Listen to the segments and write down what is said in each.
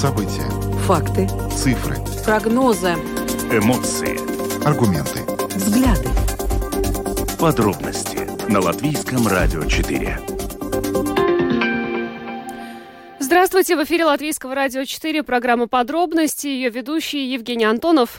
События. Факты. Цифры. Прогнозы. Эмоции. Аргументы. Взгляды. Подробности на Латвийском радио 4. Здравствуйте, в эфире Латвийского радио 4, программа «Подробности», ее ведущий Евгений Антонов.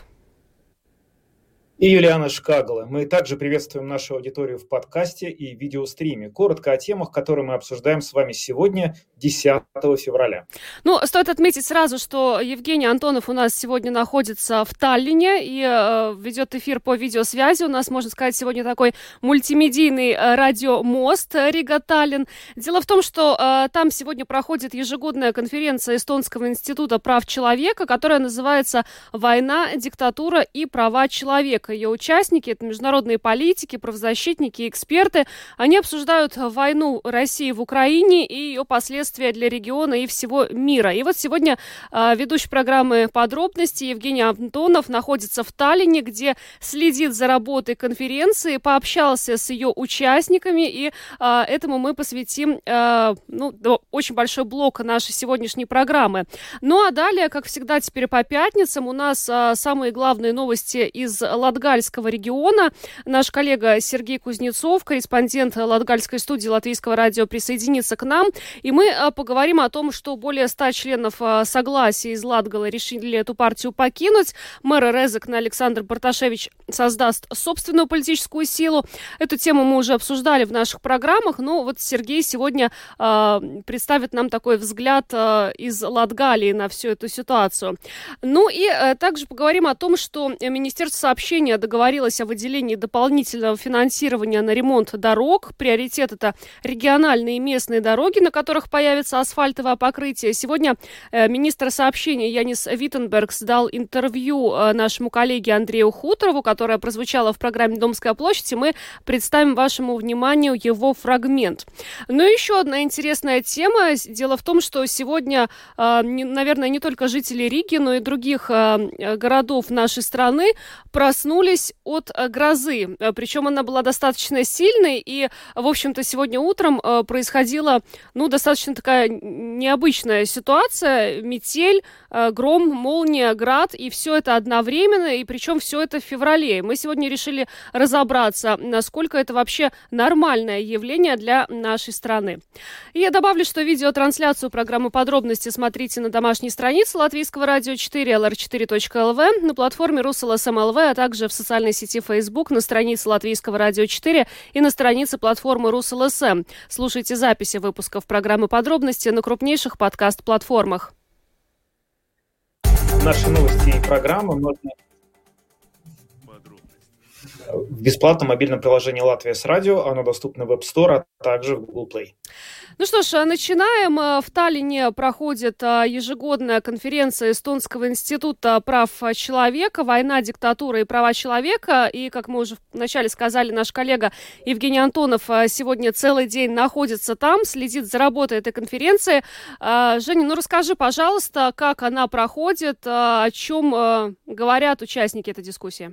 И Юлиана Шкагала. Мы также приветствуем нашу аудиторию в подкасте и видеостриме. Коротко о темах, которые мы обсуждаем с вами сегодня, 10 февраля. Стоит отметить сразу, что Евгений Антонов у нас сегодня находится в Таллине и ведет эфир по видеосвязи. У нас, можно сказать, сегодня такой мультимедийный радиомост Рига-Таллин. Дело в том, что там сегодня проходит ежегодная конференция Эстонского института прав человека, которая называется «Война, диктатура и права человека». Ее участники, это международные политики, правозащитники, эксперты. Они обсуждают войну России в Украине и ее последствия для региона и всего мира. И вот сегодня ведущий программы «Подробности» Евгений Антонов находится в Таллине, где следит за работой конференции, пообщался с ее участниками, и этому мы посвятим очень большой блок нашей сегодняшней программы. Ну а далее, как всегда, теперь по пятницам у нас самые главные новости из Латгальского региона. Наш коллега Сергей Кузнецов, корреспондент Латгальской студии Латвийского радио, присоединится к нам. И мы поговорим о том, что более 100 членов Согласия из Латгала решили эту партию покинуть. Мэр Резекне Александр Барташевич создаст собственную политическую силу. Эту тему мы уже обсуждали в наших программах, но вот Сергей сегодня представит нам такой взгляд из Латгалии на всю эту ситуацию. Ну и также поговорим о том, что Министерство сообщения договорилось о выделении дополнительного финансирования на ремонт дорог. Приоритет – это региональные и местные дороги, на которых появится асфальтовое покрытие. Сегодня министр сообщения Янис Виттенбергс дал интервью нашему коллеге Андрею Хуторову, которое прозвучало в программе «Домская площадь», и мы представим вашему вниманию его фрагмент. Ну и еще одна интересная тема. Дело в том, что сегодня, наверное, не только жители Риги, но и других городов нашей страны проснулись от грозы. Причем она была достаточно сильной, и, в общем-то, сегодня утром происходила, достаточно такая необычная ситуация. Метель, гром, молния, град, и все это одновременно, и причем все это в феврале. Мы сегодня решили разобраться, насколько это вообще нормальное явление для нашей страны. И я добавлю, что видеотрансляцию программы «Подробности» смотрите на домашней странице Латвийского радио 4, lr4.lv, на платформе RusLSM.lv, а также в социальной сети Facebook, на странице Латвийского радио 4 и на странице платформы RusLSM. Слушайте записи выпусков программы «Подробности» на крупнейших подкаст-платформах. Наши новости и программы можно в бесплатном мобильном приложении «Латвия с радио». Оно доступно в App Store, а также в Google Play. Ну что ж, начинаем. В Таллине проходит ежегодная конференция Эстонского института прав человека «Война, диктатура и права человека». И, как мы уже вначале сказали, наш коллега Евгений Антонов сегодня целый день находится там, следит за работой этой конференции. Женя, расскажи, пожалуйста, как она проходит, о чем говорят участники этой дискуссии.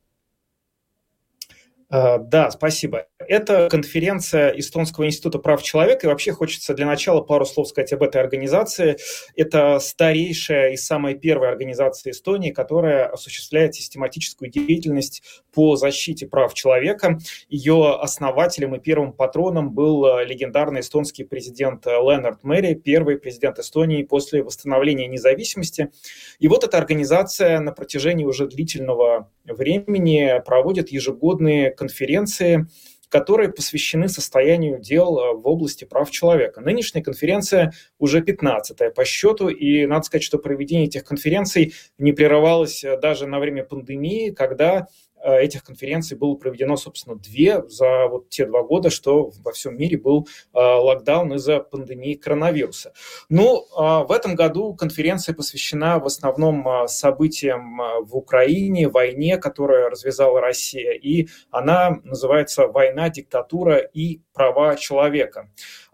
Да, спасибо. Это конференция Эстонского института прав человека. И вообще хочется для начала пару слов сказать об этой организации. Это старейшая и самая первая организация Эстонии, которая осуществляет систематическую деятельность по защите прав человека. Ее основателем и первым патроном был легендарный эстонский президент Леонард Мери, первый президент Эстонии после восстановления независимости. И вот эта организация на протяжении уже длительного времени проводит ежегодные конференции, которые посвящены состоянию дел в области прав человека. Нынешняя конференция уже 15-я по счету, и надо сказать, что проведение этих конференций не прерывалось даже на время пандемии, когда этих конференций было проведено, собственно, 2 за вот те 2 года, что во всем мире был локдаун из-за пандемии коронавируса. В этом году конференция посвящена в основном событиям в Украине, войне, которую развязала Россия, и она называется «Война, диктатура и права человека».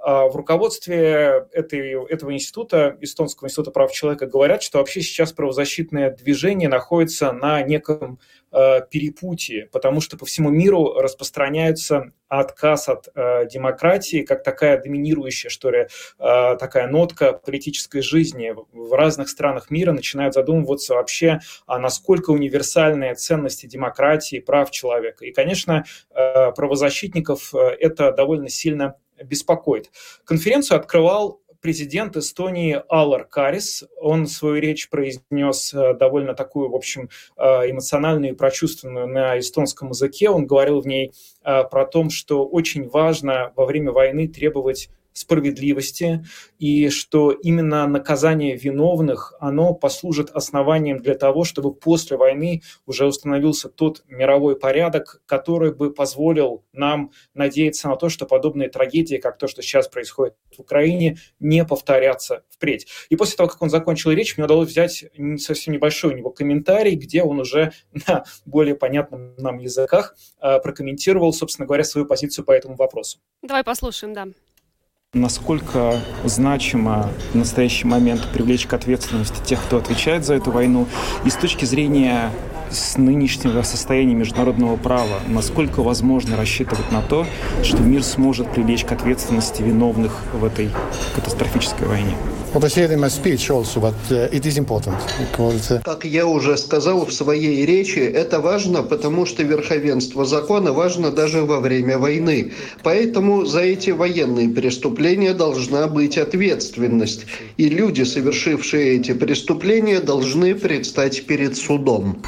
В руководстве этого института, Эстонского института прав человека, говорят, что вообще сейчас правозащитное движение находится на неком перепутье, потому что по всему миру распространяется отказ от демократии, как такая доминирующая, что ли, такая нотка политической жизни. В разных странах мира начинают задумываться вообще, насколько универсальные ценности демократии, прав человека. И, конечно, правозащитников это довольно сильно беспокоит. Конференцию открывал президент Эстонии Алар Карис. Он свою речь произнес довольно такую, в общем, эмоциональную и прочувственную на эстонском языке. Он говорил в ней про то, что очень важно во время войны требовать справедливости, и что именно наказание виновных, оно послужит основанием для того, чтобы после войны уже установился тот мировой порядок, который бы позволил нам надеяться на то, что подобные трагедии, как то, что сейчас происходит в Украине, не повторятся впредь. И после того, как он закончил речь, мне удалось взять совсем небольшой у него комментарий, где он уже на более понятном нам языках прокомментировал, собственно говоря, свою позицию по этому вопросу. Давай послушаем, да. Насколько значимо в настоящий момент привлечь к ответственности тех, кто отвечает за эту войну, и с точки зрения с нынешнего состояния международного права, насколько возможно рассчитывать на то, что мир сможет привлечь к ответственности виновных в этой катастрофической войне? Как я уже сказал в своей речи, это важно, потому что верховенство закона важно даже во время войны. Поэтому за эти военные преступления должна быть ответственность. И люди, совершившие эти преступления, должны предстать перед судом.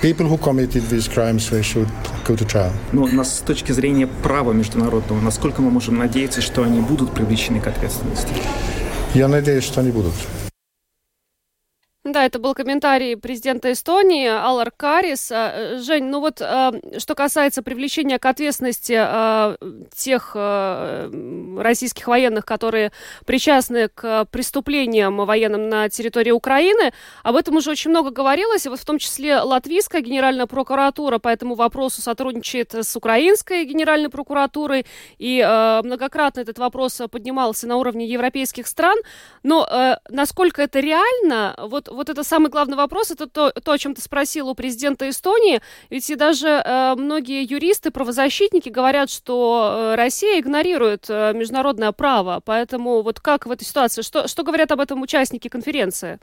Но с точки зрения права международного, насколько мы можем надеяться, что они будут привлечены к ответственности? Я надеюсь, что они будут. Да, это был комментарий президента Эстонии Алар Карис. Жень, что касается привлечения к ответственности тех российских военных, которые причастны к преступлениям военным на территории Украины, об этом уже очень много говорилось, и в том числе Латвийская генеральная прокуратура по этому вопросу сотрудничает с Украинской генеральной прокуратурой, и многократно этот вопрос поднимался на уровне европейских стран, но насколько это реально, вот это самый главный вопрос, это то, о чем ты спросил у президента Эстонии, ведь и даже многие юристы, правозащитники говорят, что Россия игнорирует международное право, поэтому вот как в этой ситуации, что говорят об этом участники конференции?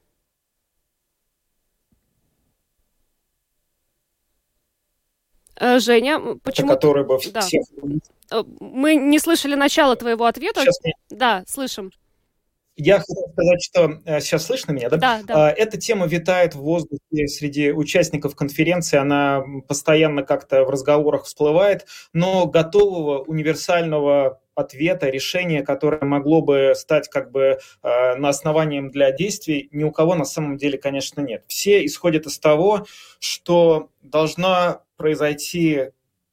Женя, почему... Который бы да. всех... Мы не слышали начала твоего ответа. Сейчас... Да, слышим. Я хотел сказать, что сейчас слышно меня, да? Да. Эта тема витает в воздухе среди участников конференции, она постоянно как-то в разговорах всплывает, но готового универсального ответа, решения, которое могло бы стать как бы основанием для действий, ни у кого на самом деле, конечно, нет. Все исходят из того, что должна произойти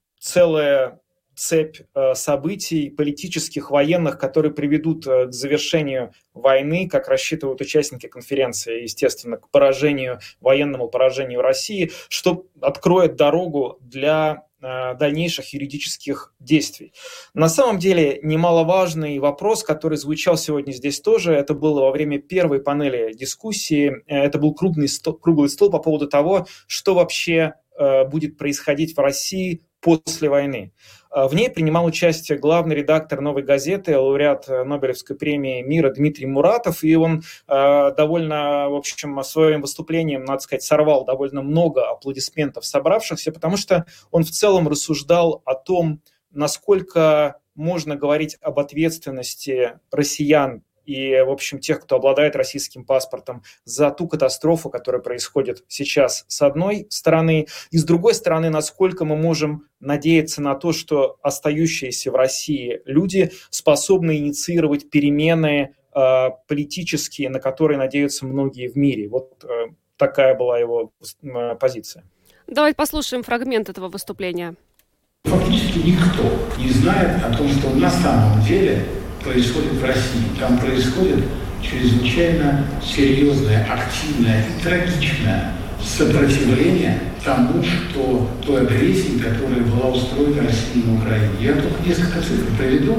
целая цепь событий политических, военных, которые приведут к завершению войны, как рассчитывают участники конференции, естественно, к военному поражению России, что откроет дорогу для дальнейших юридических действий. На самом деле немаловажный вопрос, который звучал сегодня здесь тоже, это было во время первой панели дискуссии, это был круглый стол по поводу того, что вообще будет происходить в России после войны. В ней принимал участие главный редактор «Новой газеты», лауреат Нобелевской премии мира Дмитрий Муратов, и он довольно, в общем, своим выступлением, надо сказать, сорвал довольно много аплодисментов собравшихся, потому что он в целом рассуждал о том, насколько можно говорить об ответственности россиян и, в общем, тех, кто обладает российским паспортом, за ту катастрофу, которая происходит сейчас с одной стороны, и с другой стороны, насколько мы можем надеяться на то, что остающиеся в России люди способны инициировать перемены политические, на которые надеются многие в мире. Вот такая была его позиция. Давайте послушаем фрагмент этого выступления. Фактически никто не знает о том, что на самом деле происходит в России. Там происходит чрезвычайно серьезное, активное и трагичное сопротивление тому, той агрессии, которая была устроена Россией на Украине. Я только несколько цифр приведу.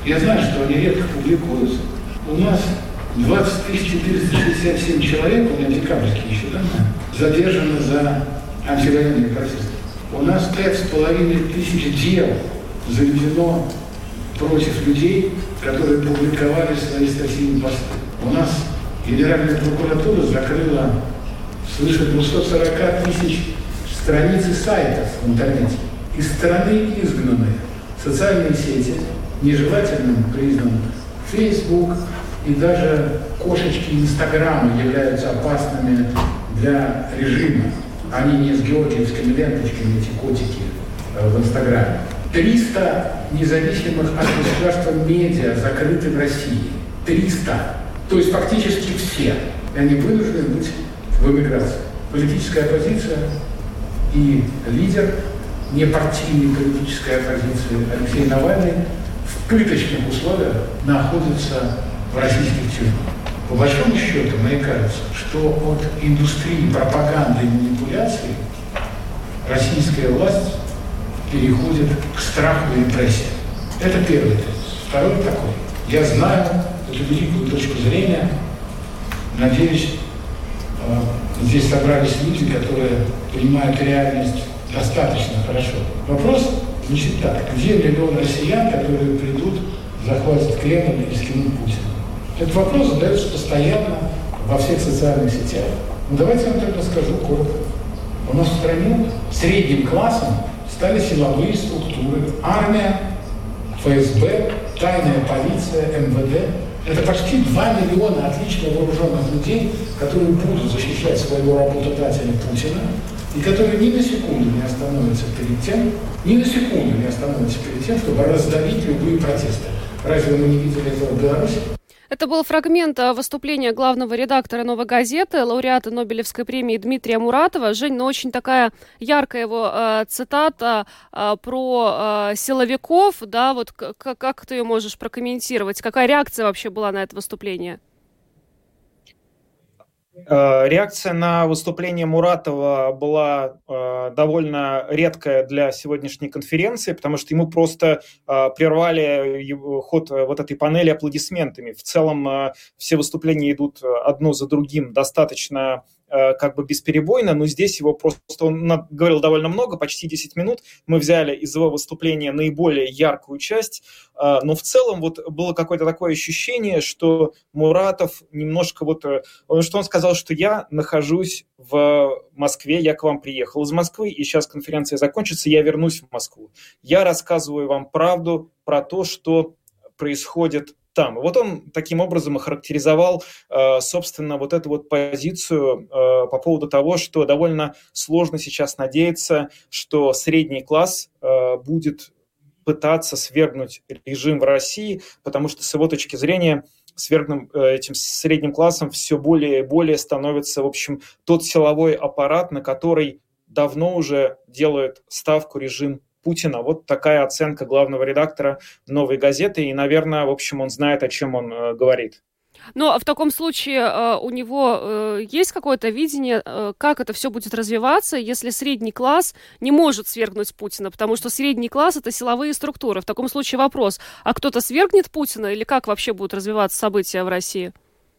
Я знаю, что они редко публикуются. У нас 20 467 человек, у меня декабрьские еще данные, задержаны за антивоенные протесты. У нас 5500 дел заведено против людей, которые публиковали свои статьи и посты. У нас Генеральная прокуратура закрыла свыше 240 000 страниц и сайтов в интернете. Из страны изгнаны социальные сети, нежелательным признан Facebook, и даже кошечки Инстаграма являются опасными для режима. Они не с георгиевскими ленточками, эти котики в Инстаграме. 300 независимых от государства медиа закрыты в России. 300. То есть фактически все. И они вынуждены быть в эмиграции. Политическая оппозиция и лидер непартийной политической оппозиции Алексей Навальный в пыточных условиях находится в российских тюрьмах. По большому счету, мне кажется, что от индустрии пропаганды и манипуляций российская власть переходит к страху и репрессиям. Это первый тезис. Второй такой. Я знаю эту великую точку зрения. Надеюсь, здесь собрались люди, которые понимают реальность достаточно хорошо. Вопрос звучит так. Где миллион россиян, которые придут, захватят Кремль и скинут Путина? Этот вопрос задается постоянно во всех социальных сетях. Но давайте я вам тогда скажу коротко. У нас в стране средним классом стали силовые структуры. Армия, ФСБ, тайная полиция, МВД. Это почти 2 миллиона отлично вооруженных людей, которые будут защищать своего работодателя Путина, и которые ни на секунду не остановятся перед тем, чтобы раздавить любые протесты. Разве мы не видели этого в Беларуси? Это был фрагмент выступления главного редактора «Новой газеты», лауреата Нобелевской премии Дмитрия Муратова. Жень, ну очень такая яркая его цитата про силовиков, да, вот как ты ее можешь прокомментировать? Какая реакция вообще была на это выступление? Реакция на выступление Муратова была довольно редкая для сегодняшней конференции, потому что ему просто прервали ход вот этой панели аплодисментами. В целом все выступления идут одно за другим достаточно как бы бесперебойно, но здесь его просто, он говорил довольно много, почти 10 минут, мы взяли из его выступления наиболее яркую часть, но в целом вот было какое-то такое ощущение, что Муратов немножко он сказал, что я нахожусь в Москве, я к вам приехал из Москвы, и сейчас конференция закончится, я вернусь в Москву. Я рассказываю вам правду про то, что происходит там. Вот он таким образом охарактеризовал, собственно, вот эту вот позицию по поводу того, что довольно сложно сейчас надеяться, что средний класс будет пытаться свергнуть режим в России, потому что с его точки зрения этим средним классом все более и более становится, в общем, тот силовой аппарат, на который давно уже делает ставку режим Путина. Вот такая оценка главного редактора «Новой газеты». И, наверное, в общем, он знает, о чем он говорит. Но в таком случае у него есть какое-то видение, как это все будет развиваться, если средний класс не может свергнуть Путина, потому что средний класс – это силовые структуры. В таком случае вопрос, а кто-то свергнет Путина или как вообще будут развиваться события в России?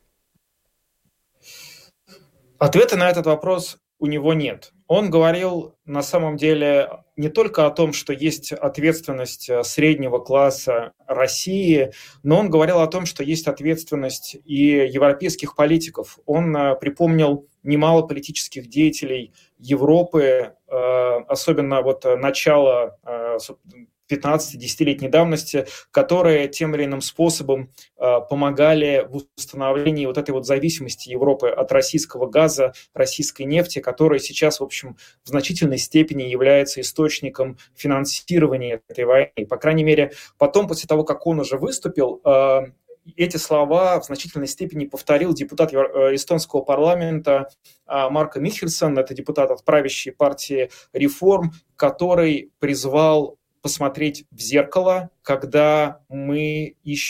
Ответа на этот вопрос у него нет. Он говорил на самом деле не только о том, что есть ответственность среднего класса России, но он говорил о том, что есть ответственность и европейских политиков. Он припомнил немало политических деятелей Европы, особенно вот начала 15-10-летней давности, которые тем или иным способом помогали в установлении вот этой вот зависимости Европы от российского газа, российской нефти, которая сейчас, в общем, в значительной степени является источником финансирования этой войны. По крайней мере, потом, после того, как он уже выступил, эти слова в значительной степени повторил депутат эстонского парламента Марко Михельсон, это депутат от правящей партии «Реформ», который призвал посмотреть в зеркало, когда мы ищем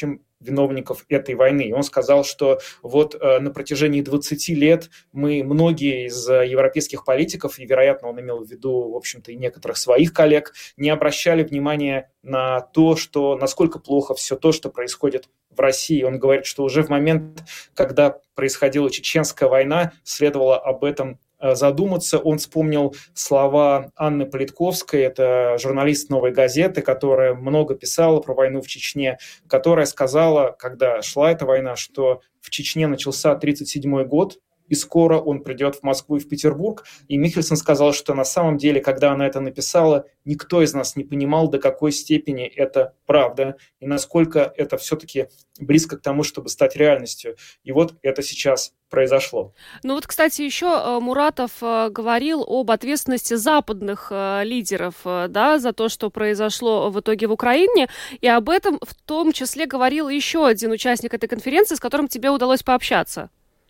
виновников этой войны. И он сказал, что вот на протяжении 20 лет многие из европейских политиков, и, вероятно, он имел в виду, в общем-то, и некоторых своих коллег, не обращали внимания на то, насколько плохо все то, что происходит в России. Он говорит, что уже в момент, когда происходила Чеченская война, следовало об этом задуматься. Он вспомнил слова Анны Политковской, это журналист «Новой газеты», которая много писала про войну в Чечне, которая сказала, когда шла эта война, что в Чечне начался 1937 год, и скоро он придет в Москву и в Петербург. И Михельсон сказал, что на самом деле, когда она это написала, никто из нас не понимал, до какой степени это правда, и насколько это все-таки близко к тому, чтобы стать реальностью. И вот это сейчас произошло. Ну вот, кстати, еще Муратов говорил об ответственности западных лидеров, да, за то, что произошло в итоге в Украине, и об этом в том числе говорил еще один участник этой конференции, с которым тебе удалось пообщаться.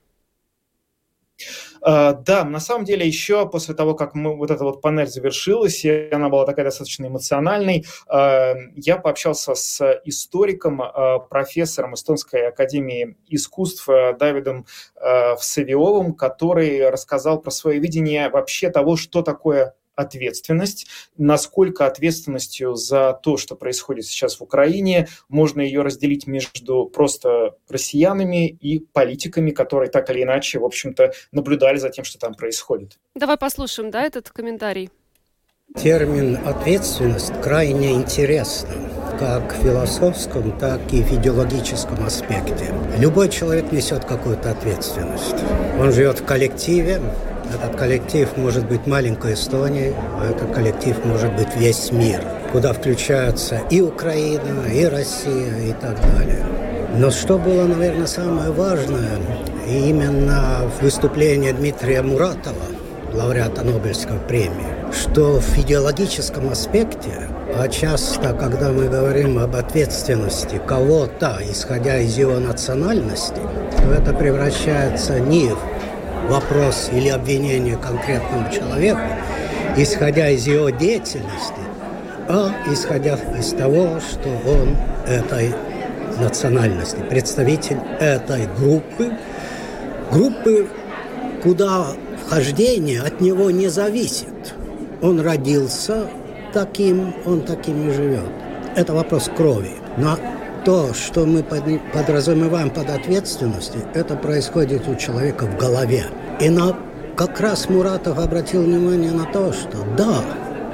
Да, на самом деле еще после того, как вот эта вот панель завершилась, и она была такая достаточно эмоциональной, я пообщался с историком, профессором Эстонской академии искусств Давидом Всевиоловым, который рассказал про свое видение вообще того, что такое ответственность, насколько ответственностью за то, что происходит сейчас в Украине, можно ее разделить между просто россиянами и политиками, которые так или иначе, в общем-то, наблюдали за тем, что там происходит. Давай послушаем, да, этот комментарий. Термин «ответственность» крайне интересный, как в философском, так и в идеологическом аспекте. Любой человек несет какую-то ответственность. Он живет в коллективе. Этот коллектив может быть маленькой Эстонией, а этот коллектив может быть весь мир, куда включаются и Украина, и Россия, и так далее. Но что было, наверное, самое важное, именно в выступлении Дмитрия Муратова, лауреата Нобелевской премии, что в идеологическом аспекте, а часто, когда мы говорим об ответственности кого-то, исходя из его национальности, то это превращается не в вопрос или обвинение конкретному человеку, исходя из его деятельности, а исходя из того, что он этой национальности, представитель этой группы, куда вхождение от него не зависит. Он родился таким, он таким и живет. Это вопрос крови. Но то, что мы подразумеваем под ответственностью, это происходит у человека в голове. И как раз Муратов обратил внимание на то, что да,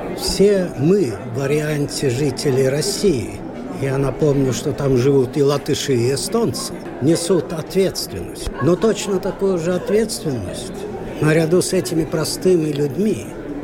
все мы в варианте жителей России, я напомню, что там живут и латыши, и эстонцы, несут ответственность. Но точно такую же ответственность наряду с этими простыми людьми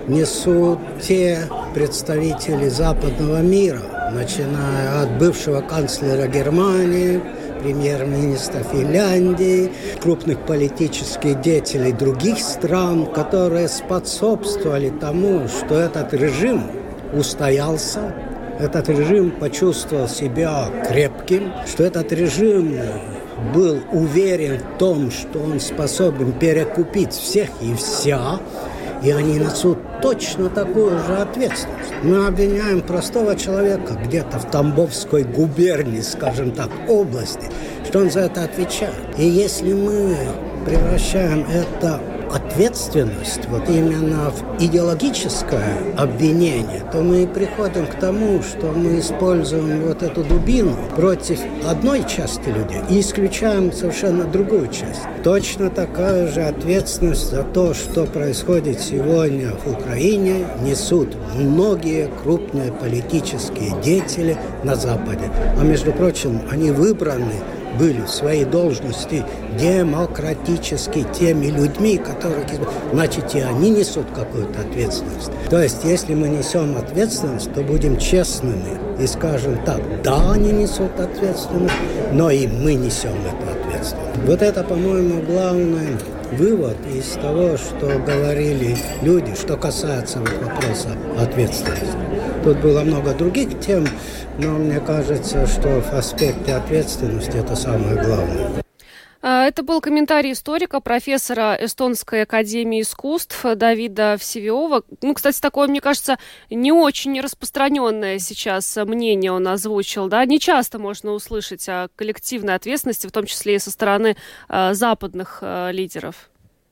несут те представители западного мира, начиная от бывшего канцлера Германии, премьер-министра Финляндии, крупных политических деятелей других стран, которые способствовали тому, что этот режим устоялся, этот режим почувствовал себя крепким, что этот режим был уверен в том, что он способен перекупить всех и вся, и они несут точно такую же ответственность. Мы обвиняем простого человека где-то в Тамбовской губернии, скажем так, области, что он за это отвечает. И если мы превращаем это ответственность вот именно в идеологическое обвинение, то мы приходим к тому, что мы используем вот эту дубину против одной части людей и исключаем совершенно другую часть. Точно такая же ответственность за то, что происходит сегодня в Украине, несут многие крупные политические деятели на Западе. А между прочим, они выбраны были в своей должности демократически теми людьми, которые, значит, и они несут какую-то ответственность. То есть, если мы несем ответственность, то будем честными и скажем так, да, они несут ответственность, но и мы несем эту ответственность. Вот это, по-моему, главный вывод из того, что говорили люди, что касается вопроса ответственности. Тут было много других тем, но мне кажется, что в аспекте ответственности это самое главное. Это был комментарий историка, профессора Эстонской академии искусств Давида Всевиова. Кстати, такое, мне кажется, не очень распространенное сейчас мнение он озвучил. Да? Не часто можно услышать о коллективной ответственности, в том числе и со стороны западных лидеров.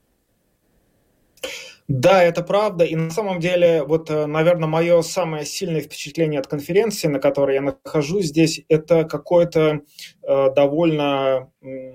Да, это правда. И на самом деле, наверное, мое самое сильное впечатление от конференции, на которой я нахожусь здесь, это какое-то довольно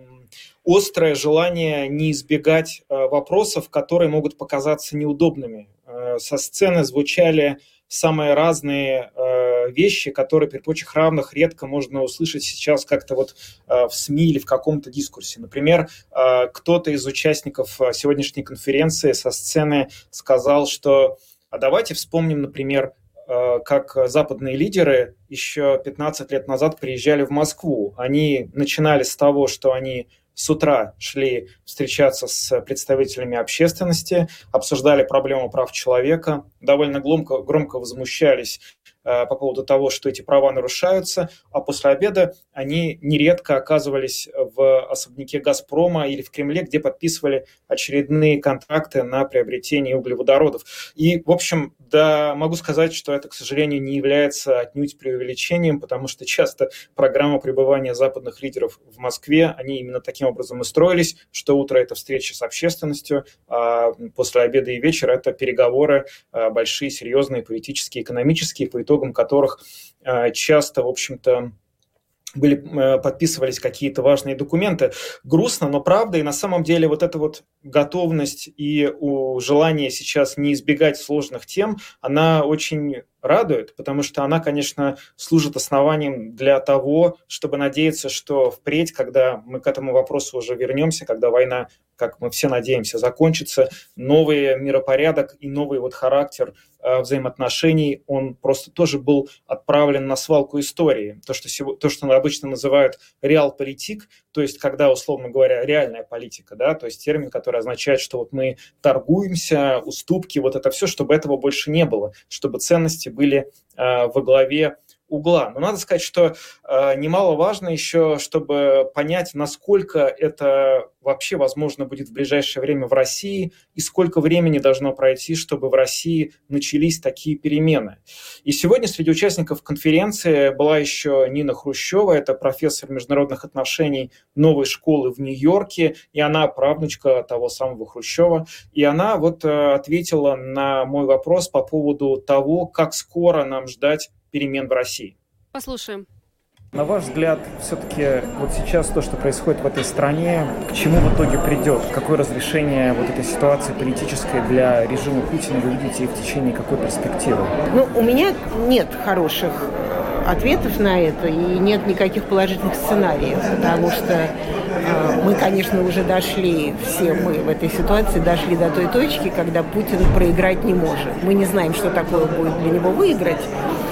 острое желание не избегать вопросов, которые могут показаться неудобными. Со сцены звучали самые разные вещи, которые при прочих равных редко можно услышать сейчас как-то в СМИ или в каком-то дискурсе. Например, кто-то из участников сегодняшней конференции со сцены сказал, что давайте вспомним, например, как западные лидеры еще 15 лет назад приезжали в Москву. Они начинали с того, что они с утра шли встречаться с представителями общественности, обсуждали проблему прав человека, довольно громко возмущались по поводу того, что эти права нарушаются, а после обеда они нередко оказывались в особняке «Газпрома» или в Кремле, где подписывали очередные контракты на приобретение углеводородов. И, в общем, да, могу сказать, что это, к сожалению, не является отнюдь преувеличением, потому что часто программа пребывания западных лидеров в Москве, они именно таким образом и строились, что утро – это встреча с общественностью, а после обеда и вечера – это переговоры большие, серьезные, политические, экономические, по итогам которых часто, в общем-то, подписывались какие-то важные документы. Грустно, но правда. И на самом деле эта готовность и желание сейчас не избегать сложных тем, она очень радует, потому что она, конечно, служит основанием для того, чтобы надеяться, что впредь, когда мы к этому вопросу уже вернемся, когда война, как мы все надеемся, закончится, новый миропорядок и новый характер взаимоотношений, он просто тоже был отправлен на свалку истории. То, что обычно называют реалполитик, то есть когда, условно говоря, реальная политика, да, то есть термин, который означает, что мы торгуемся, уступки, это все, чтобы этого больше не было, чтобы ценности были во главе угла. Но надо сказать, что немаловажно еще, чтобы понять, насколько это вообще возможно будет в ближайшее время в России и сколько времени должно пройти, чтобы в России начались такие перемены. И сегодня среди участников конференции была еще Нина Хрущева, это профессор международных отношений новой школы в Нью-Йорке, и она правнучка того самого Хрущева. И она ответила на мой вопрос по поводу того, как скоро нам ждать перемен в России. Послушаем. На ваш взгляд, все-таки сейчас то, что происходит в этой стране, к чему в итоге придет? Какое разрешение этой ситуации политической для режима Путина вы видите и в течение какой перспективы? У меня нет хороших ответов на это и нет никаких положительных сценариев, потому что мы, конечно, уже дошли, все мы в этой ситуации дошли до той точки, когда Путин проиграть не может. Мы не знаем, что такое будет для него выиграть,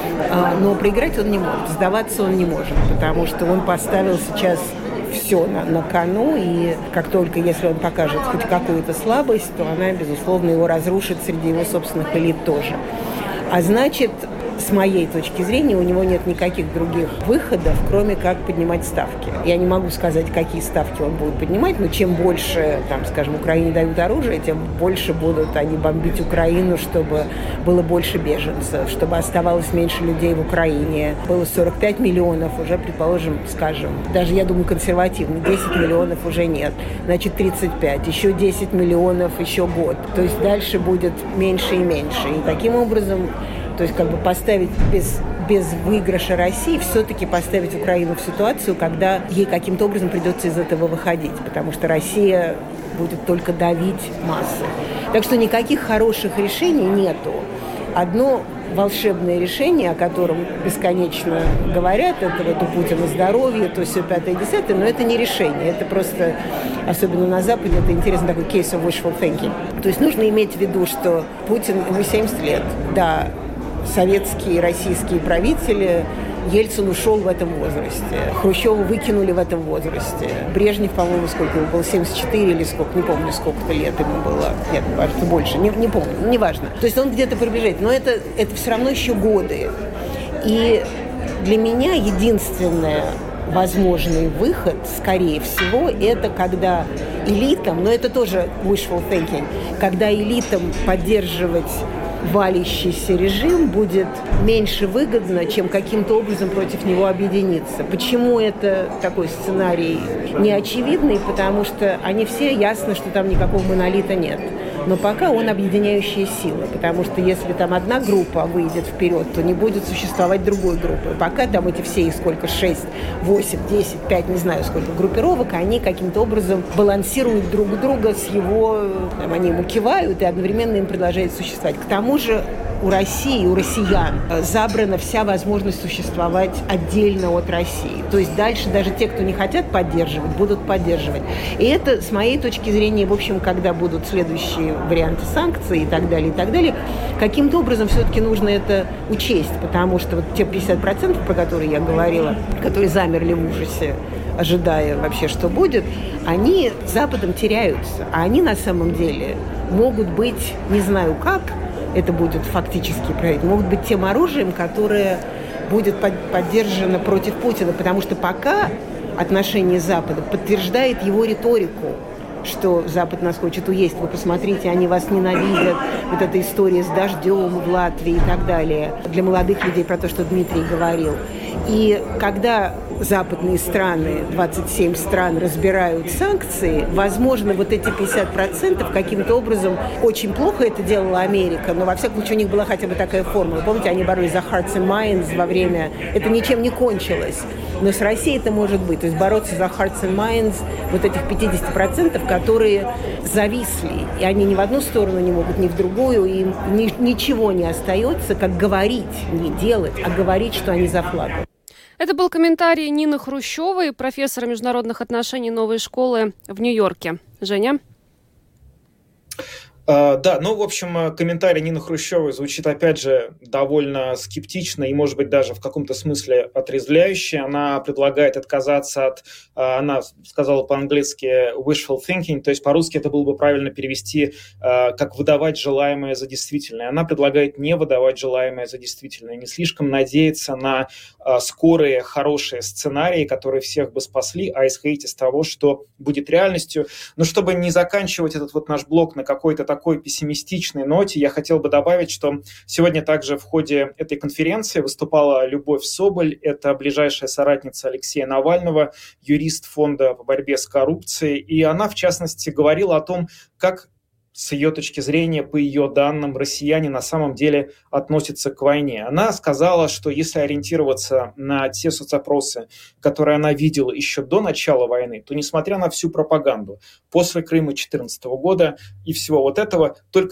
но проиграть он не может, сдаваться он не может, потому что он поставил сейчас все на кону, и как только, если он покажет хоть какую-то слабость, то она, безусловно, его разрушит среди его собственных элит тоже. А значит, с моей точки зрения, у него нет никаких других выходов, кроме как поднимать ставки. Я не могу сказать, какие ставки он будет поднимать, но чем больше, Украине дают оружие, тем больше будут они бомбить Украину, чтобы было больше беженцев, чтобы оставалось меньше людей в Украине. Было 45 миллионов, уже, предположим, даже, я думаю, консервативно, 10 миллионов уже нет. Значит, 35, еще 10 миллионов, еще год. То есть дальше будет меньше и меньше. И таким образом, поставить без выигрыша России, все-таки поставить Украину в ситуацию, когда ей каким-то образом придется из этого выходить, потому что Россия будет только давить массы. Так что никаких хороших решений нету. Одно волшебное решение, о котором бесконечно говорят, это у Путина здоровье, то все 5-10, но это не решение, это просто, особенно на Западе, это интересно такой case of wishful thinking. То есть нужно иметь в виду, что Путин, ему 70 лет, да, советские и российские правители, Ельцин ушел в этом возрасте, Хрущева выкинули в этом возрасте, Брежнев, по-моему, сколько ему было, 74 или сколько, не помню, сколько-то лет ему было, нет, кажется, больше, не помню, неважно. То есть он где-то приближает, но это все равно еще годы. И для меня единственное возможный выход, скорее всего, это когда элитам, но это тоже wishful thinking, когда элитам поддерживать валящийся режим будет меньше выгодно, чем каким-то образом против него объединиться. Почему это такой сценарий неочевидный? Потому что они все ясно, что там никакого монолита нет. Но пока он объединяющая сила, потому что если там одна группа выйдет вперед, то не будет существовать другой группы. Пока там эти все, их сколько, 6, 8, 10, 5, не знаю сколько группировок, они каким-то образом балансируют друг друга с его, там, они ему кивают и одновременно им продолжают существовать. К тому же у России, у россиян забрана вся возможность существовать отдельно от России. То есть дальше даже те, кто не хотят поддерживать, будут поддерживать. И это, с моей точки зрения, в общем, когда будут следующие варианты санкций и так далее, каким-то образом все-таки нужно это учесть, потому что вот те 50%, про которые я говорила, которые замерли в ужасе, ожидая вообще, что будет, они Западом теряются. А они на самом деле могут быть, не знаю как, это будет фактически проект, могут быть тем оружием, которое будет поддержано против Путина, потому что пока отношение Запада подтверждает его риторику, что Запад нас хочет уесть, вы посмотрите, они вас ненавидят, вот эта история с дождем в Латвии и так далее, для молодых людей про то, что Дмитрий говорил. И когда западные страны, 27 стран, разбирают санкции, возможно, вот эти 50% каким-то образом, очень плохо это делала Америка, но во всяком случае у них была хотя бы такая формула. Помните, они боролись за hearts and minds во время... Это ничем не кончилось. Но с Россией это может быть. То есть бороться за hearts and minds вот этих 50%, которые зависли. И они ни в одну сторону не могут, ни в другую. И ничего не остается, как говорить, не делать, а говорить, что они за флагом. Это был комментарий Нины Хрущевой, профессора международных отношений новой школы в Нью-Йорке. Женя? Да, ну, в общем, комментарий Нины Хрущевой звучит, опять же, довольно скептично и, может быть, даже в каком-то смысле отрезвляюще. Она предлагает отказаться от, она сказала по-английски wishful thinking, то есть по-русски это было бы правильно перевести как выдавать желаемое за действительное. Она предлагает не выдавать желаемое за действительное, не слишком надеяться на скорые, хорошие сценарии, которые всех бы спасли, а исходить из того, что будет реальностью. Но чтобы не заканчивать этот вот наш блог на какой-то такой пессимистичной ноте, я хотел бы добавить, что сегодня также в ходе этой конференции выступала Любовь Соболь, это ближайшая соратница Алексея Навального, юрист фонда по борьбе с коррупцией, и она, в частности, говорила о том, как с ее точки зрения, по ее данным, россияне на самом деле относятся к войне. Она сказала, что если ориентироваться на те соцопросы, которые она видела еще до начала войны, то, несмотря на всю пропаганду, после Крыма 2014 года и всего вот этого, только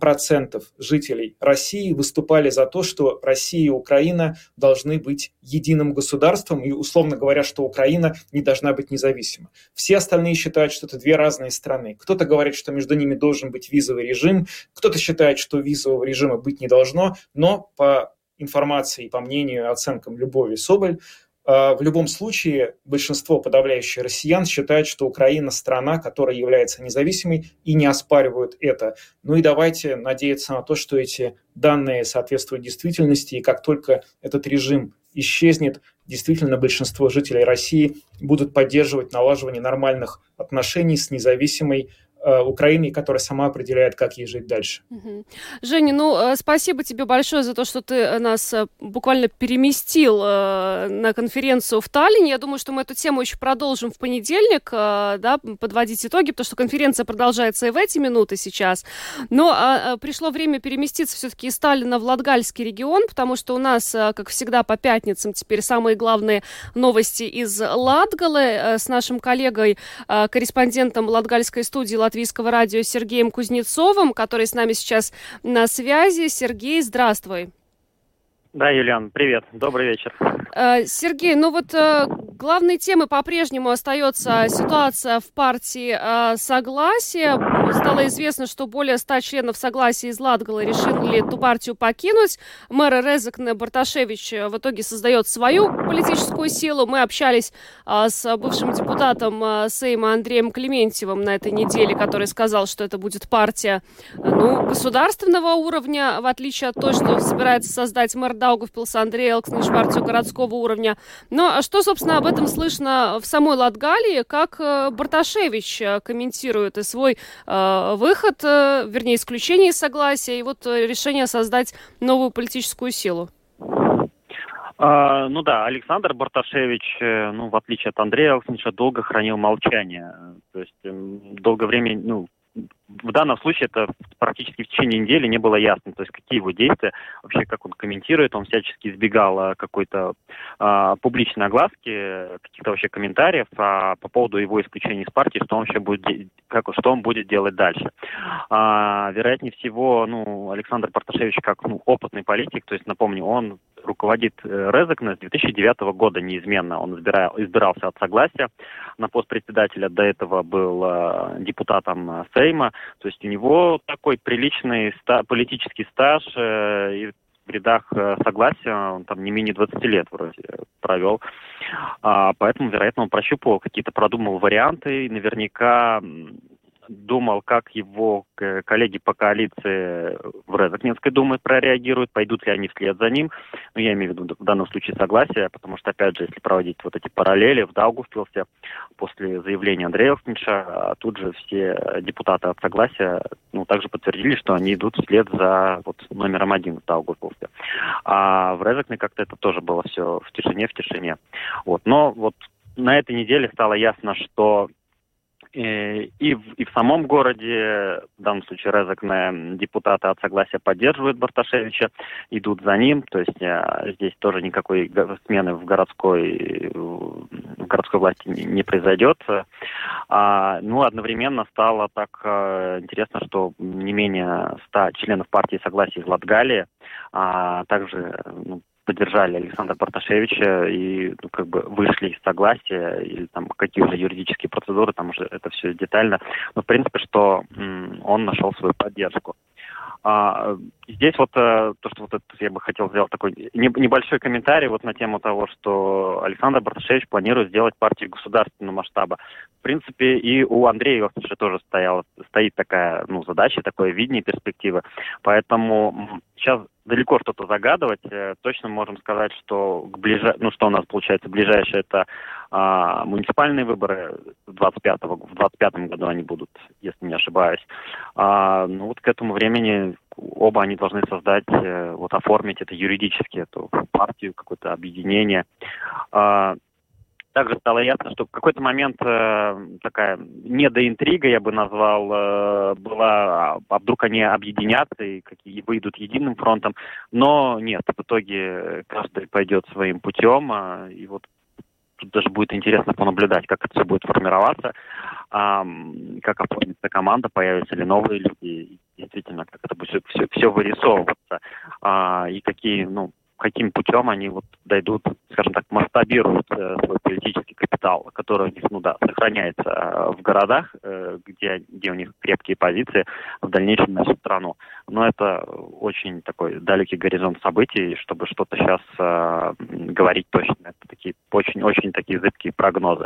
7% жителей России выступали за то, что Россия и Украина должны быть единым государством, и, условно говоря, что Украина не должна быть независима. Все остальные считают, что это две разные страны. Кто-то говорит, что между ними должен быть визовый режим, кто-то считает, что визового режима быть не должно, но по информации, по мнению, оценкам Любови Соболь, в любом случае большинство подавляющих россиян считают, что Украина страна, которая является независимой, и не оспаривают это. Ну и давайте надеяться на то, что эти данные соответствуют действительности, и как только этот режим исчезнет, действительно большинство жителей России будут поддерживать налаживание нормальных отношений с независимой Украиной, которая сама определяет, как ей жить дальше. Женя, ну, спасибо тебе большое за то, что ты нас буквально переместил на конференцию в Таллине. Я думаю, что мы эту тему еще продолжим в понедельник, да, подводить итоги, потому что конференция продолжается и в эти минуты сейчас. Но пришло время переместиться все-таки из Таллина в Латгальский регион, потому что у нас, как всегда, по пятницам теперь самые главные новости из Латгалы с нашим коллегой, корреспондентом Латгальской студии Латвийского радио Сергеем Кузнецовым, который с нами сейчас на связи. Сергей, здравствуй. Да, Юлиан, привет. Добрый вечер. Сергей, ну вот главной темой по-прежнему остается ситуация в партии Согласие. Стало известно, что более 100 членов Согласия из Латгалы решили эту партию покинуть. Мэр Резекне Барташевич в итоге создает свою политическую силу. Мы общались с бывшим депутатом Сейма Андреем Клементьевым на этой неделе, который сказал, что это будет партия государственного уровня, в отличие от той, что собирается создать мэр Даугавпилс, Андрей Элксниш, партию городского уровня. Но что, собственно, об этом слышно в самой Латгалии? Как Барташевич комментирует и свой выход, вернее, исключение из согласия, и вот решение создать новую политическую силу? Ну да, Александр Барташевич, в отличие от Андрея Элксниша, долго хранил молчание. То есть долгое время, в данном случае это практически в течение недели не было ясно, то есть какие его действия, вообще как он комментирует, он всячески избегал какой-то публичной огласки, каких-то вообще комментариев по поводу его исключения из партии, что он вообще что он будет делать дальше. Вероятнее всего, Александр Барташевич как опытный политик, то есть напомню, он руководит Резекне с 2009 года неизменно, он избирался от согласия на пост председателя, до этого был депутатом Сейма. То есть у него такой приличный политический стаж, и в рядах согласия он там не менее 20 лет вроде провел. Поэтому, вероятно, он прощупывал какие-то, продумал варианты и наверняка думал, как его коллеги по коалиции в Резекненской думе прореагируют, пойдут ли они вслед за ним. Я имею в виду в данном случае согласие, потому что, опять же, если проводить вот эти параллели, в Даугавпилсе после заявления Андрея Элксниша, тут же все депутаты от согласия также подтвердили, что они идут вслед за номером 1 в Даугавпилсе. А в Резекне как-то это тоже было все в тишине. Но на этой неделе стало ясно, что и в самом городе, в данном случае Резекне, депутаты от согласия поддерживают Барташевича, идут за ним, то есть здесь тоже никакой смены в городской власти не произойдет. Одновременно стало так интересно, что не менее 100 членов партии согласия из Латгалии также поддержали Александра Барташевича и вышли из согласия, или там какие уже юридические процедуры, там уже это все детально. Но в принципе, что он нашел свою поддержку. Здесь то, что я бы хотел сделать такой небольшой комментарий на тему того, что Александр Барташевич планирует сделать партию государственного масштаба. В принципе, и у Андрея Элксниша тоже стоит такая задача, такое видение перспективы. Поэтому сейчас далеко что-то загадывать. Точно можем сказать, что что у нас получается ближайшее, это муниципальные выборы в 25-м году они будут, если не ошибаюсь. К этому времени оба они должны создать, оформить это юридически, эту партию, какое-то объединение. Также стало ясно, что в какой-то момент такая недоинтрига, я бы назвал, была, а вдруг они объединятся и выйдут единым фронтом. Но нет, в итоге каждый пойдет своим путем. И тут даже будет интересно понаблюдать, как это все будет формироваться, как оформится команда, появятся ли новые люди, и действительно, как это будет все вырисовываться, и каким путем они дойдут, скажем так, масштабируют свой политический капитал, который у них, сохраняется в городах, где у них крепкие позиции в дальнейшем на всю страну. Но это очень такой далекий горизонт событий, чтобы что-то сейчас говорить точно. Это такие очень такие зыбкие прогнозы.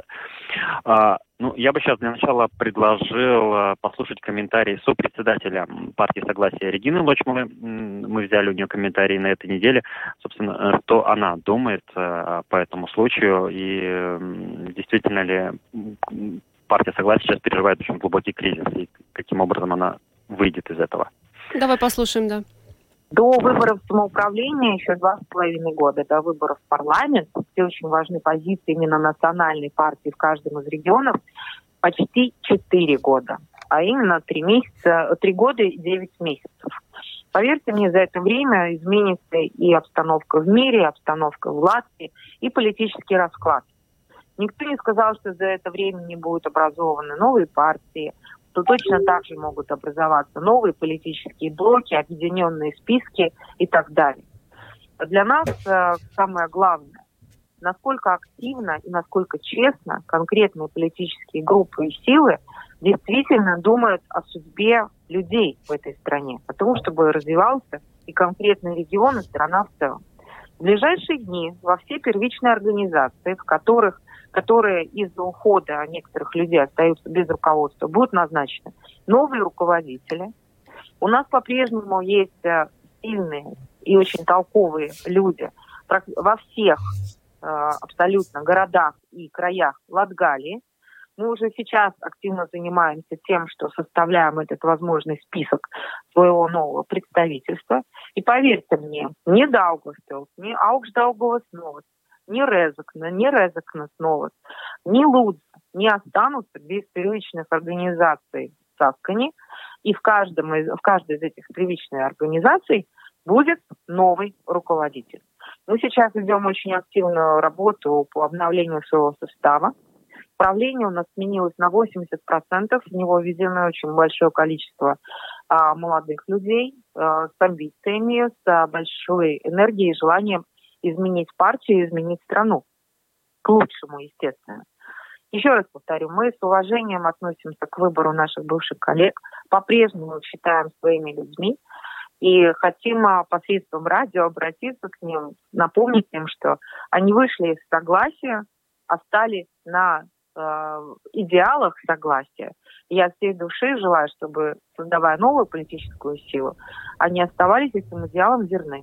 Я бы сейчас для начала предложил послушать комментарии сопредседателя партии согласия Регины Лочмалы. Мы взяли у нее комментарии на этой неделе, собственно, что она думает по этому случаю и действительно ли партия согласия сейчас переживает очень глубокий кризис и каким образом она выйдет из этого. Давай послушаем, да. До выборов самоуправления еще 2,5 года, до выборов в парламент, все очень важные позиции именно национальной партии в каждом из регионов, почти 4 года, а именно 3 года и 9 месяцев. Поверьте мне, за это время изменится и обстановка в мире, и обстановка в Латвии, и политический расклад. Никто не сказал, что за это время не будут образованы новые партии, то точно так же могут образоваться новые политические блоки, объединенные списки и так далее. Для нас самое главное, насколько активно и насколько честно конкретные политические группы и силы действительно думают о судьбе людей в этой стране, о том, чтобы развивался и конкретный регион, и страна в целом. В ближайшие дни во все первичные организации, которые из-за ухода некоторых людей остаются без руководства, будут назначены новые руководители. У нас по-прежнему есть сильные и очень толковые люди во всех абсолютно городах и краях Латгалии. Мы уже сейчас активно занимаемся тем, что составляем этот возможный список своего нового представительства. И поверьте мне, ни Даугавпилс, ни Аugšdaugavas Новость, ни Резекнес Новость, ни Лудза не останутся без первичных организаций в Саскани. И в каждой из этих первичных организаций будет новый руководитель. Мы сейчас ведем очень активную работу по обновлению своего состава. Правление у нас сменилось на 80%, в него введено очень большое количество молодых людей с амбициями, с большой энергией и желанием изменить партию, изменить страну. К лучшему, естественно. Еще раз повторю, мы с уважением относимся к выбору наших бывших коллег, по-прежнему считаем своими людьми и хотим посредством радио обратиться к ним, напомнить им, что они вышли из согласия, остались на идеалах согласия. Я всей души желаю, чтобы, создавая новую политическую силу, они оставались этим идеалом верны.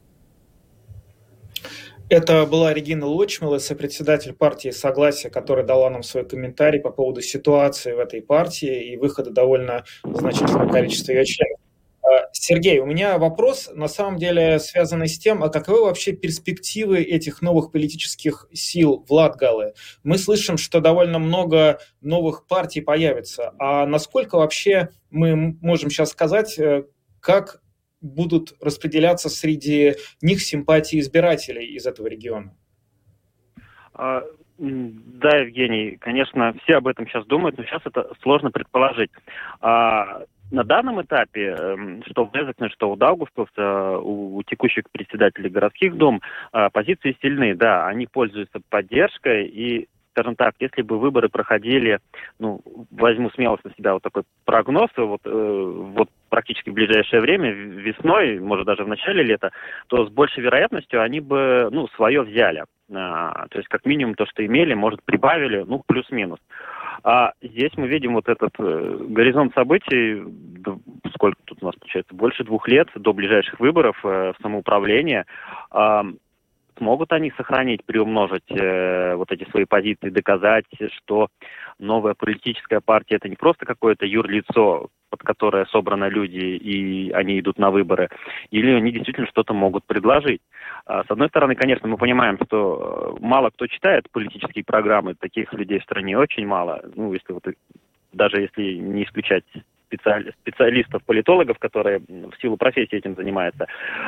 Это была Регина Лочмила, сопредседатель партии «Согласие», которая дала нам свой комментарий по поводу ситуации в этой партии и выхода довольно значительного количества ее членов. Сергей, у меня вопрос, на самом деле, связанный с тем, а каковы вообще перспективы этих новых политических сил в Латгалии? Мы слышим, что довольно много новых партий появится. А насколько вообще мы можем сейчас сказать, как будут распределяться среди них симпатии избирателей из этого региона? Да, Евгений, конечно, все об этом сейчас думают, но сейчас это сложно предположить. На данном этапе, что в Резекне, что у Даугавпилса, у текущих председателей городских дум, позиции сильны, да, они пользуются поддержкой, и, скажем так, если бы выборы проходили, возьму смелость на себя вот такой прогноз, вот практически в ближайшее время, весной, может даже в начале лета, то с большей вероятностью они бы, свое взяли. То есть, как минимум, то, что имели, может, прибавили, плюс-минус. А здесь мы видим вот этот горизонт событий, сколько тут у нас получается, больше 2 лет до ближайших выборов в самоуправление. Смогут они сохранить, приумножить вот эти свои позиции, доказать, что новая политическая партия — это не просто какое-то юрлицо, под которое собраны люди, и они идут на выборы, или они действительно что-то могут предложить. С одной стороны, конечно, мы понимаем, что мало кто читает политические программы, таких людей в стране очень мало. Даже если не исключать специалистов, политологов, которые в силу профессии этим занимаются,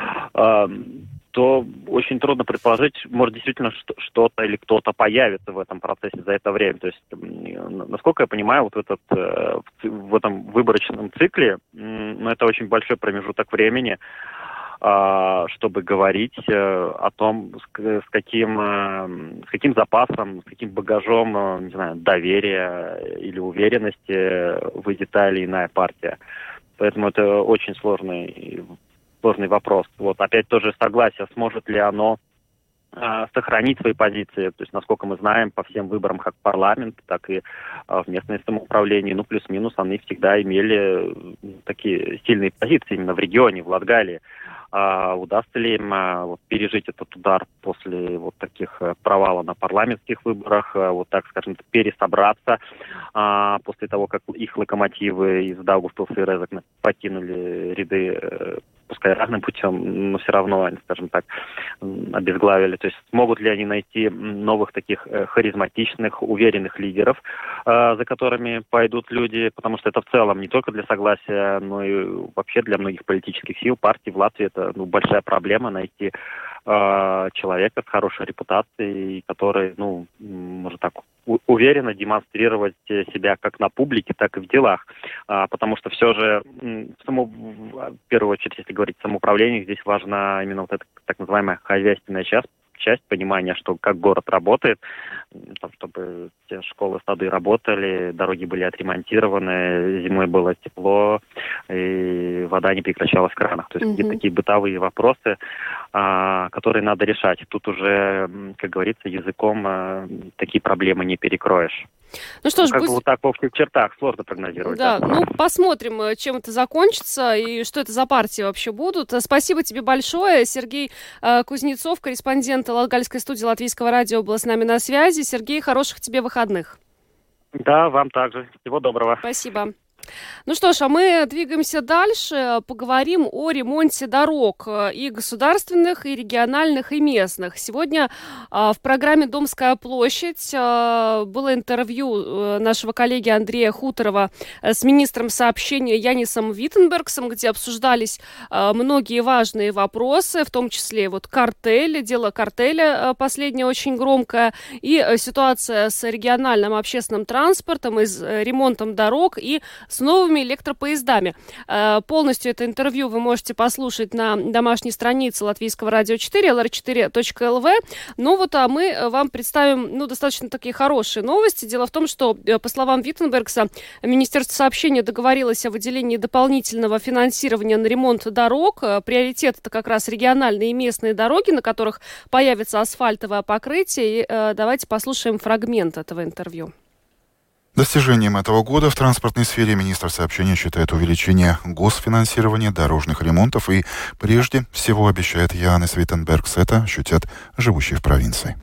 то очень трудно предположить, может, действительно что-то или кто-то появится в этом процессе за это время. То есть, насколько я понимаю, в этом выборочном цикле, это очень большой промежуток времени, чтобы говорить о том, с каким запасом, с каким багажом, доверия или уверенности выйдет та или иная партия. Поэтому это очень сложный вопрос. Опять тоже согласие, сможет ли оно сохранить свои позиции, то есть, насколько мы знаем, по всем выборам, как в парламент, так и в местное самоуправление, плюс-минус, они всегда имели такие сильные позиции именно в регионе, в Латгалии. Удастся ли им пережить этот удар после таких провалов на парламентских выборах, так скажем, пересобраться после того, как их локомотивы из Даугавпилса и Резекна покинули ряды, пускай разным путем, но все равно они, скажем так, обезглавили. То есть смогут ли они найти новых таких харизматичных, уверенных лидеров, за которыми пойдут люди, потому что это в целом не только для согласия, но и вообще для многих политических сил, партий в Латвии это большая проблема найти человека с хорошей репутацией, который, может так, уверенно демонстрировать себя как на публике, так и в делах. Потому что все же, в первую очередь, если говорить о самоуправлении, здесь важна именно эта так называемая хозяйственная часть, понимания, что как город работает, чтобы все школы, сады работали, дороги были отремонтированы, зимой было тепло, и вода не прекращалась в кранах. То есть какие-то такие бытовые вопросы, которые надо решать. Тут уже, как говорится, языком такие проблемы не перекроешь. Ну что ж, вот так в общих чертах сложно прогнозировать. Да, ну посмотрим, чем это закончится и что это за партии вообще будут. Спасибо тебе большое. Сергей Кузнецов, корреспондент Латгальской студии Латвийского радио, был с нами на связи. Сергей, хороших тебе выходных. Да, вам также. Всего доброго. Спасибо. Ну что ж, а мы двигаемся дальше, поговорим о ремонте дорог и государственных, и региональных, и местных. Сегодня в программе «Домская площадь» было интервью нашего коллеги Андрея Хуторова с министром сообщения Янисом Виттенбергсом, где обсуждались многие важные вопросы, в том числе вот картель, дело картеля последнее очень громкое, и ситуация с региональным общественным транспортом, и с ремонтом дорог, и с новыми электропоездами. Полностью это интервью вы можете послушать на домашней странице Латвийского радио 4, lr4.lv. Ну вот, а мы вам представим, достаточно такие хорошие новости. Дело в том, что, по словам Виттенбергса, Министерство сообщения договорилось о выделении дополнительного финансирования на ремонт дорог. Приоритет — это как раз региональные и местные дороги, на которых появится асфальтовое покрытие. И давайте послушаем фрагмент этого интервью. Достижением этого года в транспортной сфере министр сообщения считает увеличение госфинансирования дорожных ремонтов и прежде всего, обещает Янис Виттенбергс, это ощутят живущие в провинции.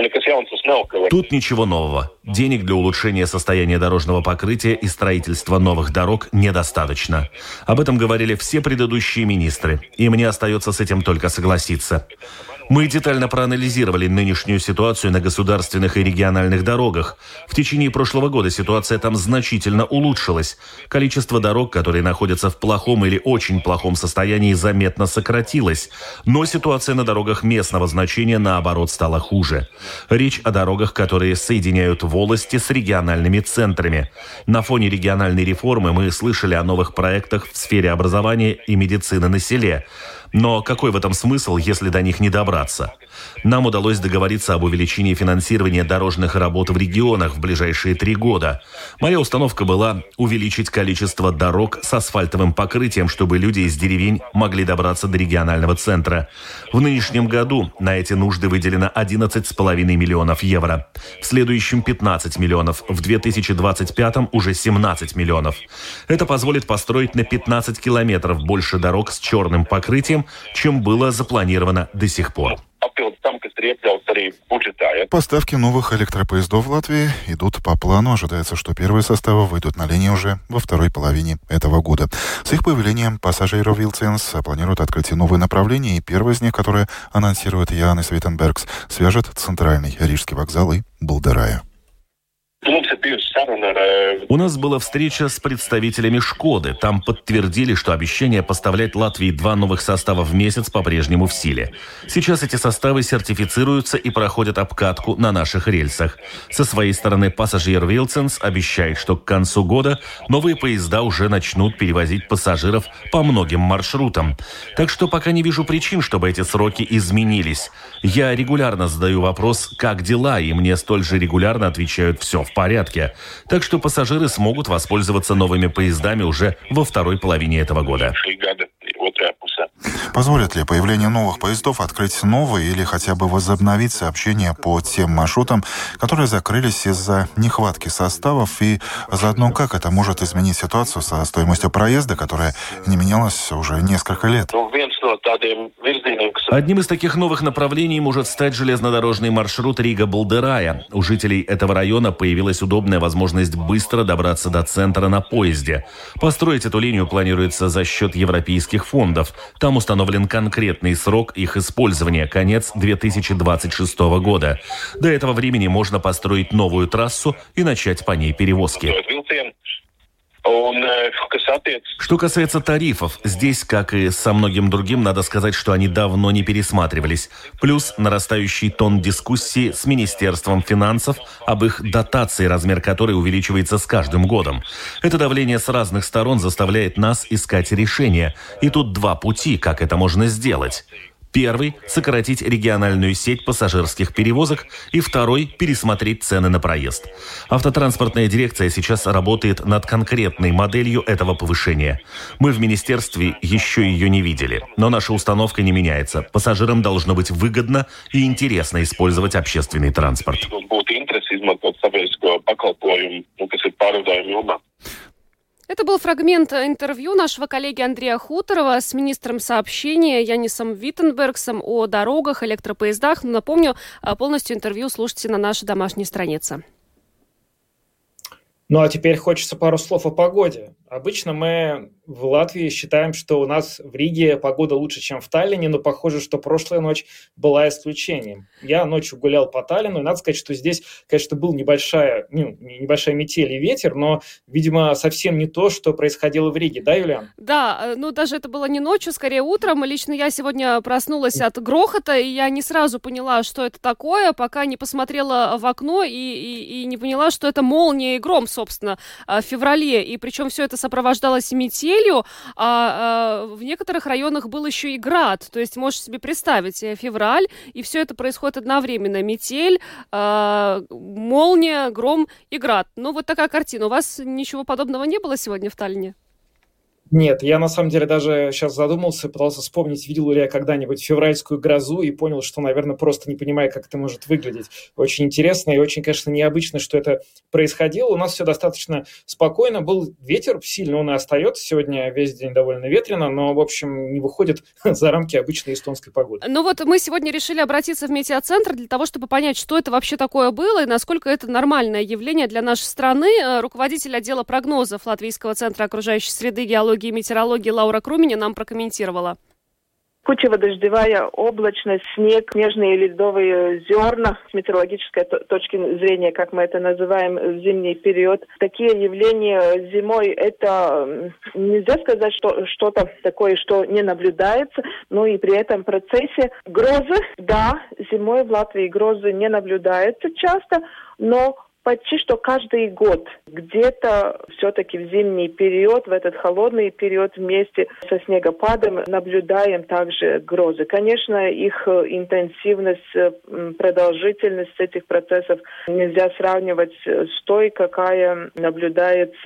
Тут ничего нового. Денег для улучшения состояния дорожного покрытия и строительства новых дорог недостаточно. Об этом говорили все предыдущие министры, и мне остается с этим только согласиться. Мы детально проанализировали нынешнюю ситуацию на государственных и региональных дорогах. В течение прошлого года ситуация там значительно улучшилась. Количество дорог, которые находятся в плохом или очень плохом состоянии, заметно сократилось. Но ситуация на дорогах местного значения, наоборот, стала хуже. Речь о дорогах, которые соединяют волости с региональными центрами. На фоне региональной реформы мы слышали о новых проектах в сфере образования и медицины на селе. Но какой в этом смысл, если до них не добраться? Нам удалось договориться об увеличении финансирования дорожных работ в регионах в ближайшие 3 года. Моя установка была увеличить количество дорог с асфальтовым покрытием, чтобы люди из деревень могли добраться до регионального центра. В нынешнем году на эти нужды выделено 11,5 миллионов евро. В следующем 15 миллионов, в 2025 уже 17 миллионов. Это позволит построить на 15 километров больше дорог с черным покрытием, чем было запланировано до сих пор. Поставки новых электропоездов в Латвии идут по плану. Ожидается, что первые составы выйдут на линии уже во второй половине этого года. С их появлением пассажиров Вилценс планируют открыть и новые направления, и первое из них, которое анонсирует Янис Виттенбергс, свяжет центральный Рижский вокзал и Болдерая. У нас была встреча с представителями «Шкоды». Там подтвердили, что обещание поставлять Латвии 2 новых состава в месяц по-прежнему в силе. Сейчас эти составы сертифицируются и проходят обкатку на наших рельсах. Со своей стороны пассажир Вилценс обещает, что к концу года новые поезда уже начнут перевозить пассажиров по многим маршрутам. Так что пока не вижу причин, чтобы эти сроки изменились. Я регулярно задаю вопрос «как дела?», и мне столь же регулярно отвечают «все в порядке». Так что пассажиры смогут воспользоваться новыми поездами уже во второй половине этого года. Позволит ли появление новых поездов открыть новые или хотя бы возобновить сообщения по тем маршрутам, которые закрылись из-за нехватки составов, и заодно как это может изменить ситуацию со стоимостью проезда, которая не менялась уже несколько лет? Одним из таких новых направлений может стать железнодорожный маршрут Рига-Болдерая. У жителей этого района появилась удобная возможность быстро добраться до центра на поезде. Построить эту линию планируется за счет европейских фондов. Там установлен конкретный срок их использования – конец 2026 года. До этого времени можно построить новую трассу и начать по ней перевозки. Что касается тарифов, здесь, как и со многим другим, надо сказать, что они давно не пересматривались. Плюс нарастающий тон дискуссии с Министерством финансов об их дотации, размер которой увеличивается с каждым годом. Это давление с разных сторон заставляет нас искать решения. И тут 2 пути, как это можно сделать. Первый – сократить региональную сеть пассажирских перевозок, и второй – пересмотреть цены на проезд. Автотранспортная дирекция сейчас работает над конкретной моделью этого повышения. Мы в министерстве еще ее не видели, но наша установка не меняется. Пассажирам должно быть выгодно и интересно использовать общественный транспорт. Это был фрагмент интервью нашего коллеги Андрея Хуторова с министром сообщения Янисом Виттенбергсом о дорогах, электропоездах. Напомню, полностью интервью слушайте на нашей домашней странице. Ну а теперь хочется пару слов о погоде. Обычно мы в Латвии считаем, что у нас в Риге погода лучше, чем в Таллине, но похоже, что прошлая ночь была исключением. Я ночью гулял по Таллину, и надо сказать, что здесь, конечно, был небольшая метель и ветер, но, видимо, совсем не то, что происходило в Риге. Да, Юлиан? Да, даже это было не ночью, скорее утром. Лично я сегодня проснулась от грохота, и я не сразу поняла, что это такое, пока не посмотрела в окно и не поняла, что это молния и гром, собственно, в феврале. И причем все это сопровождалось метелью, а в некоторых районах был еще и град. То есть можешь себе представить, февраль, и все это происходит одновременно. Метель, молния, гром и град. Ну, вот такая картина. У вас ничего подобного не было сегодня в Таллине? Нет, я на самом деле даже сейчас задумался, пытался вспомнить, видел ли я когда-нибудь февральскую грозу и понял, что, наверное, просто не понимаю, как это может выглядеть. Очень интересно и очень, конечно, необычно, что это происходило. У нас все достаточно спокойно. Был ветер, сильно он и остается. Сегодня весь день довольно ветрено, но, в общем, не выходит за рамки обычной эстонской погоды. Ну вот мы сегодня решили обратиться в метеоцентр для того, чтобы понять, что это вообще такое было и насколько это нормальное явление для нашей страны. Руководитель отдела прогнозов Латвийского центра окружающей среды, геологии и метеорологии Лаура Круминя нам прокомментировала. Кучево-дождевая облачность, снег, нежные ледовые зерна с метеорологической точки зрения, как мы это называем, в зимний период. Такие явления зимой, это нельзя сказать, что что-то такое, что не наблюдается, но и при этом процессе грозы, да, зимой в Латвии грозы не наблюдаются часто, но почти что каждый год где-то все-таки в зимний период, в этот холодный период вместе со снегопадом наблюдаем также грозы. Конечно, их интенсивность, продолжительность этих процессов нельзя сравнивать с той, какая наблюдается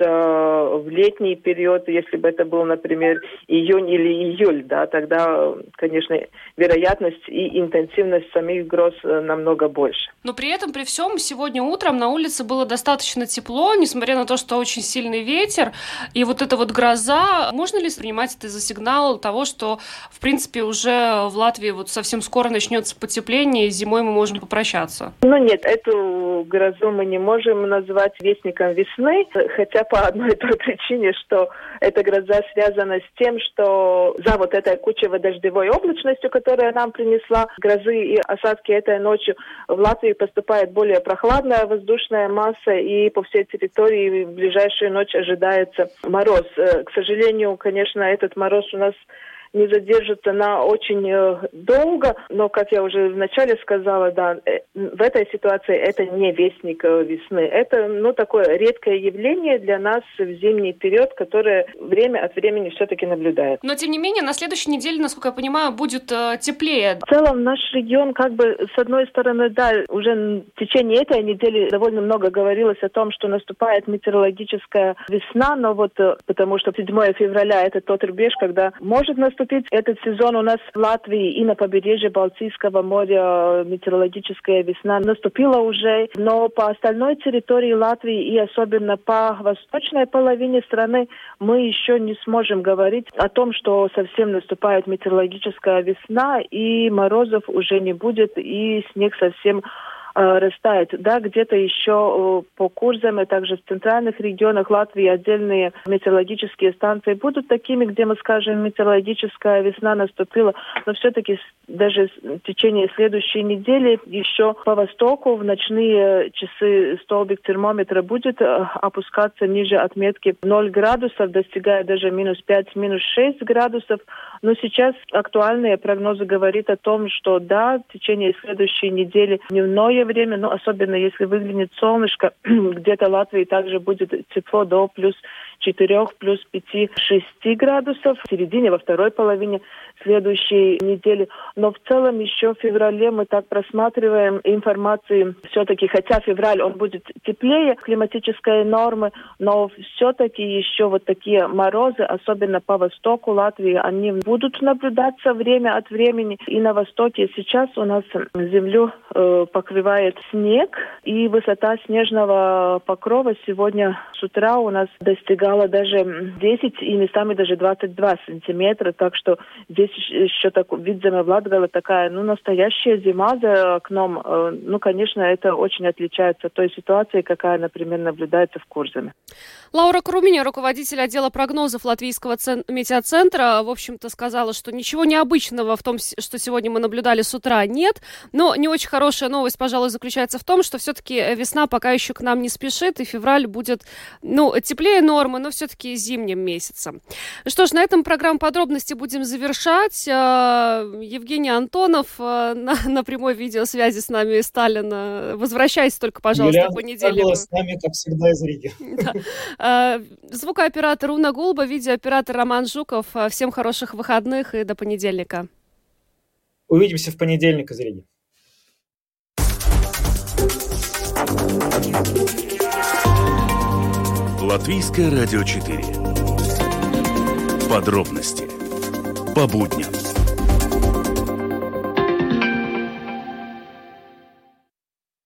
в летний период. Если бы это был, например, июнь или июль, да, тогда, конечно, вероятность и интенсивность самих гроз намного больше. Но при этом, при всем, сегодня утром на улице было достаточно тепло, несмотря на то, что очень сильный ветер, и вот эта вот гроза. Можно ли воспринимать это за сигнал того, что, в принципе, уже в Латвии вот совсем скоро начнется потепление, и зимой мы можем попрощаться? Ну нет, эту грозу мы не можем назвать вестником весны, хотя по одной той причине, что эта гроза связана с тем, что за вот этой кучево-дождевой облачностью, которая нам принесла грозы и осадки этой ночью, в Латвии поступает более прохладная воздушная масса, и по всей территории в ближайшую ночь ожидается мороз. К сожалению, конечно, этот мороз у нас не задержится на очень долго, но, как я уже вначале сказала, да, в этой ситуации это не вестник весны. Это, такое редкое явление для нас в зимний период, которое время от времени все-таки наблюдает. Но, тем не менее, на следующей неделе, насколько я понимаю, будет теплее. В целом, наш регион, с одной стороны, да, уже в течение этой недели довольно много говорилось о том, что наступает метеорологическая весна, но потому что 7 февраля это тот рубеж, когда может наступить этот сезон у нас в Латвии и на побережье Балтийского моря метеорологическая весна наступила уже, но по остальной территории Латвии и особенно по восточной половине страны мы еще не сможем говорить о том, что совсем наступает метеорологическая весна и морозов уже не будет и снег совсем растает. Да, где-то еще по Курзам и также в центральных регионах Латвии отдельные метеорологические станции будут такими, где мы скажем, метеорологическая весна наступила, но все-таки даже в течение следующей недели еще по востоку в ночные часы столбик термометра будет опускаться ниже отметки 0 градусов, достигая даже минус 5, минус 6 градусов. Но сейчас актуальные прогнозы говорят о том, что да, в течение следующей недели дневное время, но особенно если выглянет солнышко, где-то в Латвии также будет тепло до плюс 4, плюс 5, 6 градусов. В середине, во второй половине следующей неделе. Но в целом еще в феврале мы так просматриваем информацию все-таки, хотя февраль он будет теплее климатической нормы, но все-таки еще вот такие морозы, особенно по востоку Латвии, они будут наблюдаться время от времени. И на востоке сейчас у нас землю покрывает снег, и высота снежного покрова сегодня с утра у нас достигала даже 10 и местами даже 22 сантиметра, так что здесь еще так, видимо, в Латгале такая, настоящая зима за окном. Конечно, это очень отличается от той ситуации, какая, например, наблюдается в Курзаме. Лаура Круминя, руководитель отдела прогнозов Латвийского метеоцентра, в общем-то, сказала, что ничего необычного в том, что сегодня мы наблюдали с утра, нет. Но не очень хорошая новость, пожалуй, заключается в том, что все-таки весна пока еще к нам не спешит, и февраль будет, теплее нормы, но все-таки зимним месяцем. Что ж, на этом программу подробности будем завершать. Евгений Антонов на прямой видеосвязи с нами из Таллина. Возвращайся только, пожалуйста, в понедельник. Юлиана с нами, как всегда, из Риги. Звукооператор Уна Гулба, видеооператор Роман Жуков. Всем хороших выходных и до понедельника. Увидимся в понедельник из Риги. Латвийское радио 4. Подробности по будням.